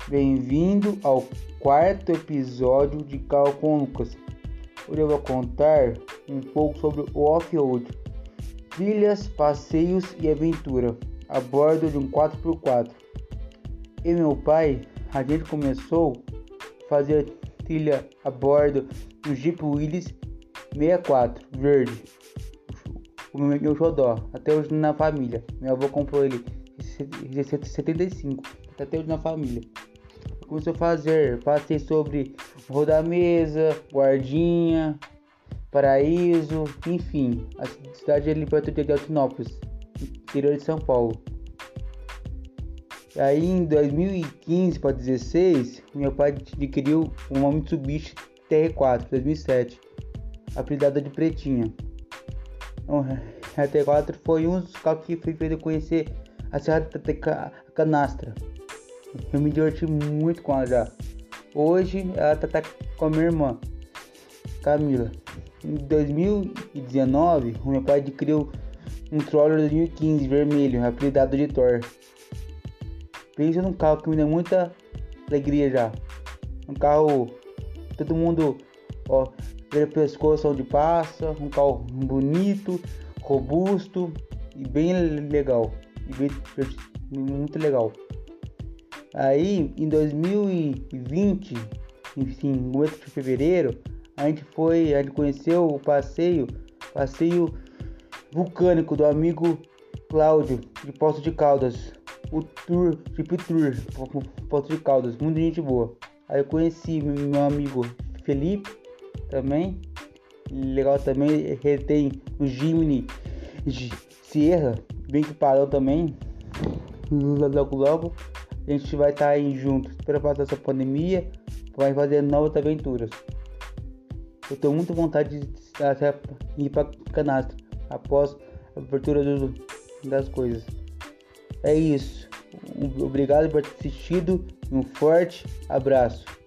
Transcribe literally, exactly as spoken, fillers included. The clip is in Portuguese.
Bem-vindo ao quarto episódio de Carro com Lucas. Hoje eu vou contar um pouco sobre o off-road, trilhas, passeios e aventura a bordo de um quatro por quatro. Eu e meu pai, a gente começou a fazer trilha a bordo do Jeep Willys sessenta e quatro verde, o meu xodó, até hoje na família. Meu avô comprou ele em setenta e cinco, até hoje na família. Começou a fazer passei sobre Roda-Mesa, Guardinha, Paraíso, enfim, a cidade ali perto de Altinópolis, interior de São Paulo. Aí em dois mil e quinze para dezesseis, meu pai adquiriu uma Mitsubishi T R quatro dois mil e sete, apelidada de Pretinha. Então, a T R quatro foi um dos carros que foi feito conhecer a Serra da Canastra. Eu me diverti muito com ela já. Hoje ela tá, tá com a minha irmã, Camila. Em dois mil e dezenove, o meu pai adquiriu um Troller dois mil e quinze vermelho, apelidado de Thor. Pensa num carro que me dá muita alegria já. Um carro, todo mundo, ó, vira pescoço onde passa. Um carro bonito, robusto e bem legal. E bem, muito legal. Aí, em dois mil e vinte, enfim, no oito de fevereiro, a gente foi, a gente conheceu o passeio, passeio vulcânico do amigo Cláudio, de Poços de Caldas, o Tour, Jeep Tour, Poços de Caldas, muita gente boa. Aí eu conheci meu amigo Felipe, também, legal também, ele tem o Jimny Sierra, bem que parou também, logo logo. A gente vai estar aí junto, espero passar essa pandemia, vai fazer novas aventuras. Eu tenho muita vontade de ir para Canastra após a abertura do, das coisas. É isso. Obrigado por ter assistido. Um forte abraço.